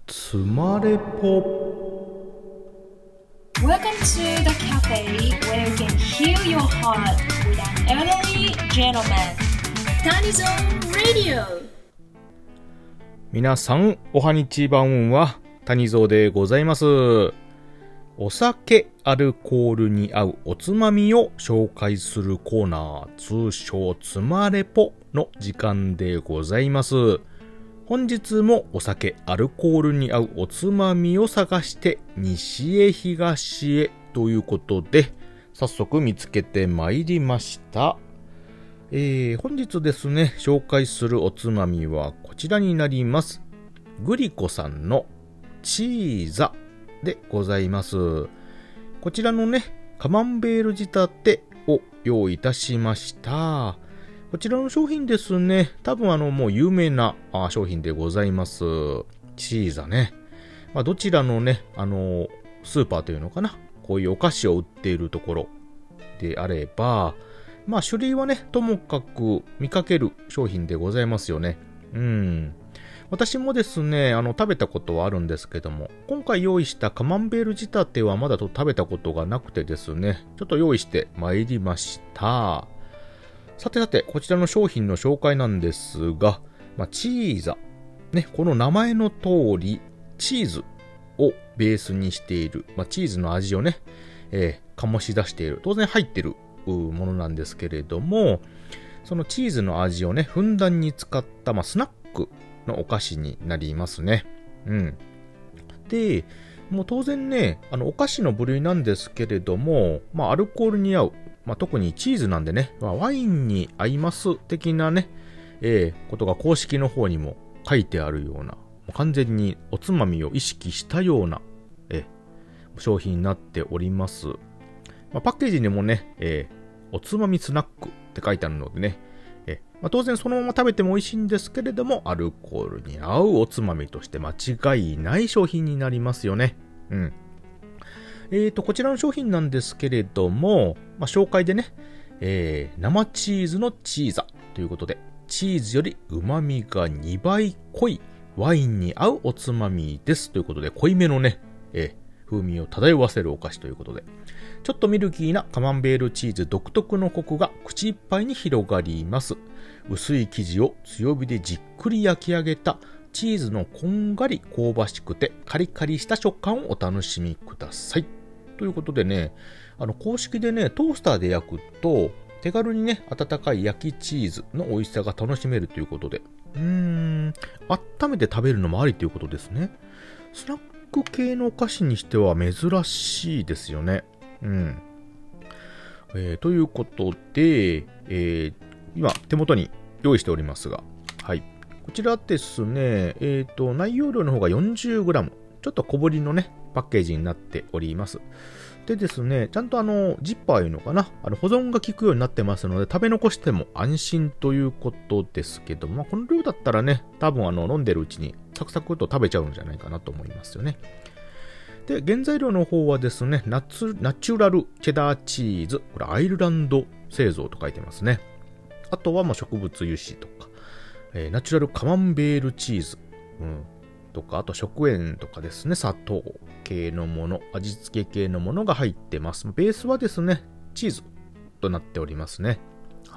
つまれぽ Welcome to the cafe where you can heal your heart with an elderly gentleman. Tanizon Radio. 皆さんおはにちばんは谷蔵でございます。お酒アルコールに合うおつまみを紹介するコーナー、通称つまれぽの時間でございます。本日もお酒アルコールに合うおつまみを探して西へ東へということで早速見つけてまいりました。本日ですね、紹介するおつまみはこちらになります。グリコさんのチーザでございます。こちらのね、カマンベール仕立てを用意いたしました。こちらの商品ですね、多分もう有名な商品でございます。チーザね。どちらのね、スーパーというのかな、こういうお菓子を売っているところであれば、種類はね、ともかく見かける商品でございますよね。私もですね、食べたことはあるんですけども、今回用意したカマンベール仕立てはまだと食べたことがなくてですね、ちょっと用意してまいりました。さて、こちらの商品の紹介なんですが、チーザ。ね、この名前の通り、チーズをベースにしている、チーズの味をね、醸し出している。当然入っているものなんですけれども、そのチーズの味をね、ふんだんに使った、スナックのお菓子になりますね。で、もう当然ね、お菓子の部類なんですけれども、アルコールに合う。特にチーズなんでね、ワインに合います的なね、ことが公式の方にも書いてあるような、完全におつまみを意識したような、商品になっております。パッケージにもね、おつまみスナックって書いてあるのでね、当然そのまま食べても美味しいんですけれども、アルコールに合うおつまみとして間違いない商品になりますよね。こちらの商品なんですけれども、紹介でね、生チーズのチーザということで、チーズより旨味が2倍濃いワインに合うおつまみですということで、濃いめのね、風味を漂わせるお菓子ということで、ちょっとミルキーなカマンベールチーズ独特のコクが口いっぱいに広がります。薄い生地を強火でじっくり焼き上げたチーズのこんがり香ばしくてカリカリした食感をお楽しみください。ということでね、公式でね、トースターで焼くと手軽にね、温かい焼きチーズの美味しさが楽しめるということで、温めて食べるのもありということですね。スナック系のお菓子にしては珍しいですよね。ということで、今手元に用意しておりますが、こちらですね、内容量の方が 40g、ちょっと小ぶりのね、パッケージになっております。でですね、ちゃんとジッパーいうのかな、保存が効くようになってますので、食べ残しても安心ということですけども、この量だったらね、多分飲んでるうちにサクサクと食べちゃうんじゃないかなと思いますよね。で、原材料の方はですね、ナチュラルチェダーチーズ、これアイルランド製造と書いてますね。あとは植物油脂とか、ナチュラルカマンベールチーズ、とか、あと食塩とかですね、砂糖系のもの、味付け系のものが入ってます。ベースはですね、チーズとなっておりますね。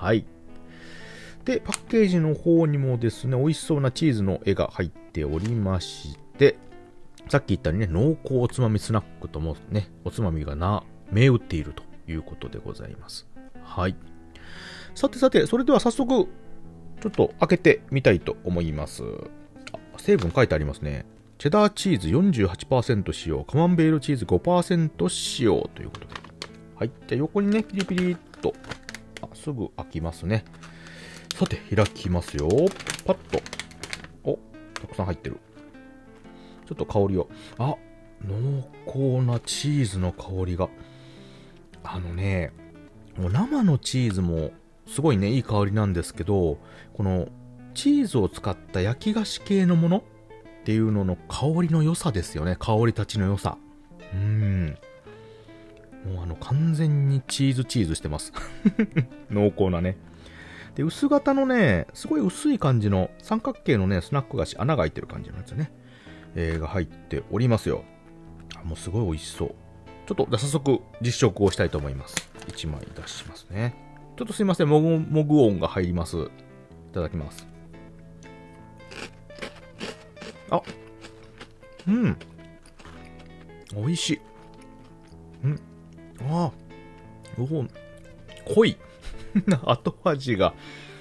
で、パッケージの方にもですね、美味しそうなチーズの絵が入っておりまして、さっき言ったようにね、濃厚おつまみスナックともね、おつまみが銘打っているということでございます。さて、それでは早速、ちょっと開けてみたいと思います。成分書いてありますね。チェダーチーズ 48% 使用、カマンベールチーズ 5% 使用ということで。じゃあ横にね、ピリピリっと、すぐ開きますね。さて、開きますよ。パッと。たくさん入ってる。ちょっと香りを。濃厚なチーズの香りが。もう生のチーズもすごいね、いい香りなんですけど、このチーズを使った焼き菓子系のものっていうのの香りの良さですよね。香り立ちの良さ。もう完全にチーズしてます。濃厚なね。で、薄型のね、すごい薄い感じの三角形のね、スナック菓子、穴が開いてる感じなんですよね。 が入っておりますよ。もうすごい美味しそう。ちょっと早速実食をしたいと思います。1枚出しますね。ちょっとすいません、もぐ音が入ります。いただきます。あ、うん。美味しい。ああ、濃い。後味が。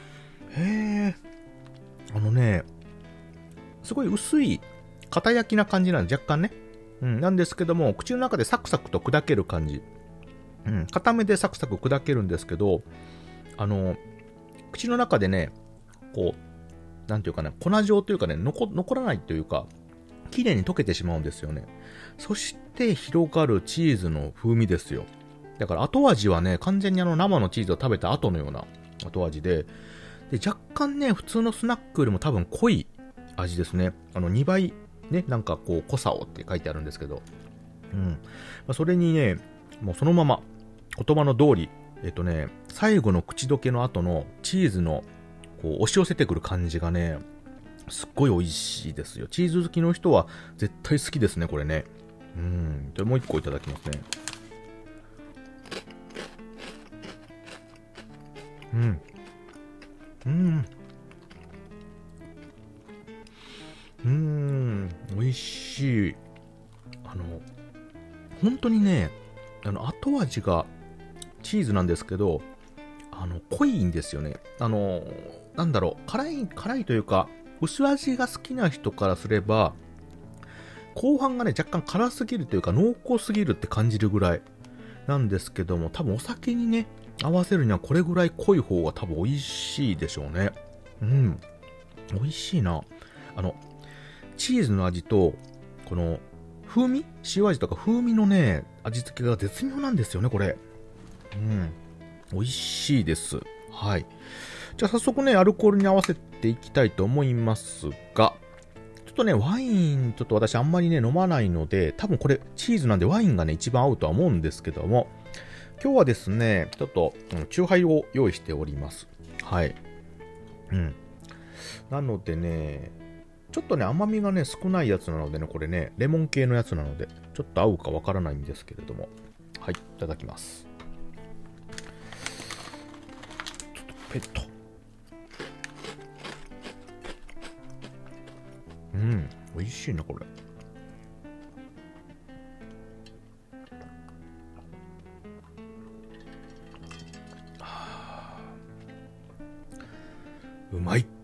すごい薄い、片焼きな感じなんで、若干ね。なんですけども、口の中でサクサクと砕ける感じ。固めでサクサク砕けるんですけど、口の中でね、こう、なんていうかな、粉状というかね、残らないというか、綺麗に溶けてしまうんですよね。そして広がるチーズの風味ですよ。だから後味はね、完全に生のチーズを食べた後のような後味で、若干ね、普通のスナックよりも多分濃い味ですね。2倍、ね、なんかこう、濃さをって書いてあるんですけど。それにね、もうそのまま、言葉の通り、最後の口どけの後のチーズの、こう、押し寄せてくる感じがね、すっごい美味しいですよ。チーズ好きの人は絶対好きですね、これね。でもう一個いただきますね。美味しい。本当にね、後味がチーズなんですけど、濃いんですよね。なんだろう、辛いというか、薄味が好きな人からすれば、後半がね、若干辛すぎるというか、濃厚すぎるって感じるぐらいなんですけども、多分お酒にね、合わせるにはこれぐらい濃い方が多分美味しいでしょうね。美味しいな。チーズの味と、この、風味？塩味とか風味のね、味付けが絶妙なんですよね、これ。美味しいです。はい。じゃあ早速ね、アルコールに合わせていきたいと思いますが、ちょっとね、ワイン、ちょっと私あんまりね、飲まないので、多分これ、チーズなんでワインがね、一番合うとは思うんですけども、今日はですね、ちょっと、チューハイを用意しております。はい。なのでね、ちょっとね、甘みがね、少ないやつなのでね、これね、レモン系のやつなので、ちょっと合うかわからないんですけれども。はい、いただきます。ちょっとペット。美味しいな、これ。うまい。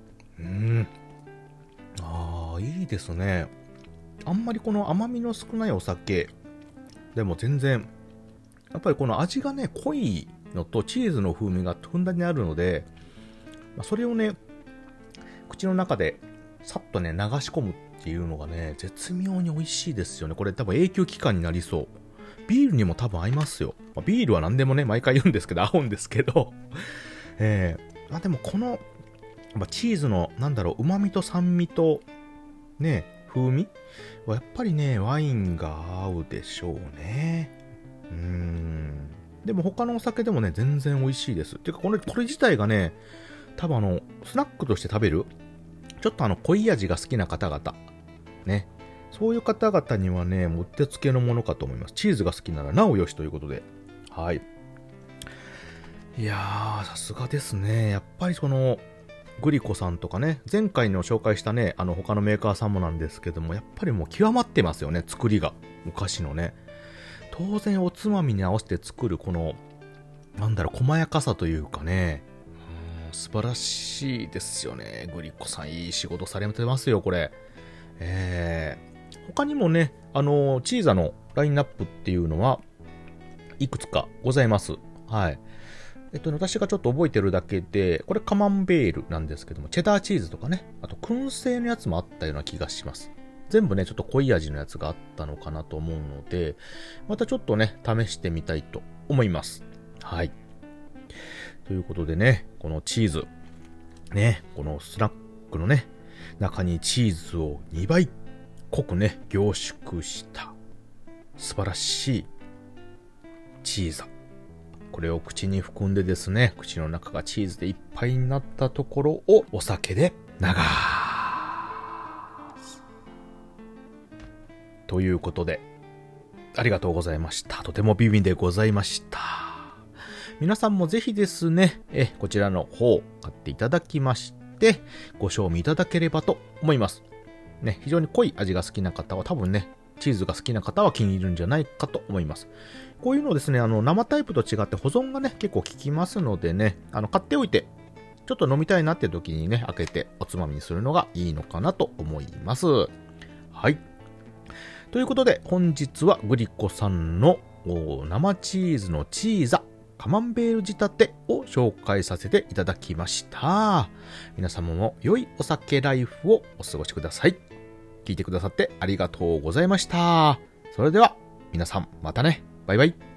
いいですね。あんまりこの甘みの少ないお酒でも全然、やっぱりこの味がね、濃いのとチーズの風味がふんだんにあるので、それをね、口の中でさっとね、流し込むっていうのがね、絶妙に美味しいですよね。これ多分永久期間になりそう。ビールにも多分合いますよ。ビールは何でもね、毎回言うんですけど、合うんですけど。でもこの、チーズの、なんだろう、旨味と酸味と、ね、風味はやっぱりね、ワインが合うでしょうね。でも他のお酒でもね、全然美味しいです。っていうか、これ自体がね、多分スナックとして食べる、ちょっと濃い味が好きな方々、ね、そういう方々にはね、もってつけのものかと思います。チーズが好きならなおよしということで。はい。いやー、さすがですね。やっぱりグリコさんとかね、前回の紹介したね、他のメーカーさんもなんですけども、やっぱりもう極まってますよね、作りが。昔のね。当然おつまみに合わせて作るこの、なんだろう、細やかさというかね、素晴らしいですよね。グリコさんいい仕事されてますよ、これ。他にもね、チーザのラインナップっていうのは、いくつかございます。はい。私がちょっと覚えてるだけで、これカマンベールなんですけども、チェダーチーズとかね、あと燻製のやつもあったような気がします。全部ね、ちょっと濃い味のやつがあったのかなと思うので、またちょっとね、試してみたいと思います。はい。ということでね、このチーズ、ね、このスナックのね、中にチーズを2倍濃くね、凝縮した素晴らしいチーズ。これを口に含んでですね、口の中がチーズでいっぱいになったところをお酒で流す。 ということで、ありがとうございました。とても美味でございました。皆さんもぜひですね、こちらの方買っていただきまして、ご賞味いただければと思います。ね、非常に濃い味が好きな方は多分ね、チーズが好きな方は気に入るんじゃないかと思います。こういうのをですね、生タイプと違って保存がね、結構効きますのでね、買っておいて、ちょっと飲みたいなって時にね、開けておつまみにするのがいいのかなと思います。はい。ということで、本日はグリコさんの生チーズのチーザカマンベール仕立てを紹介させていただきました。皆様も良いお酒ライフをお過ごしください。聞いてくださってありがとうございました。それでは皆さんまたね。バイバイ。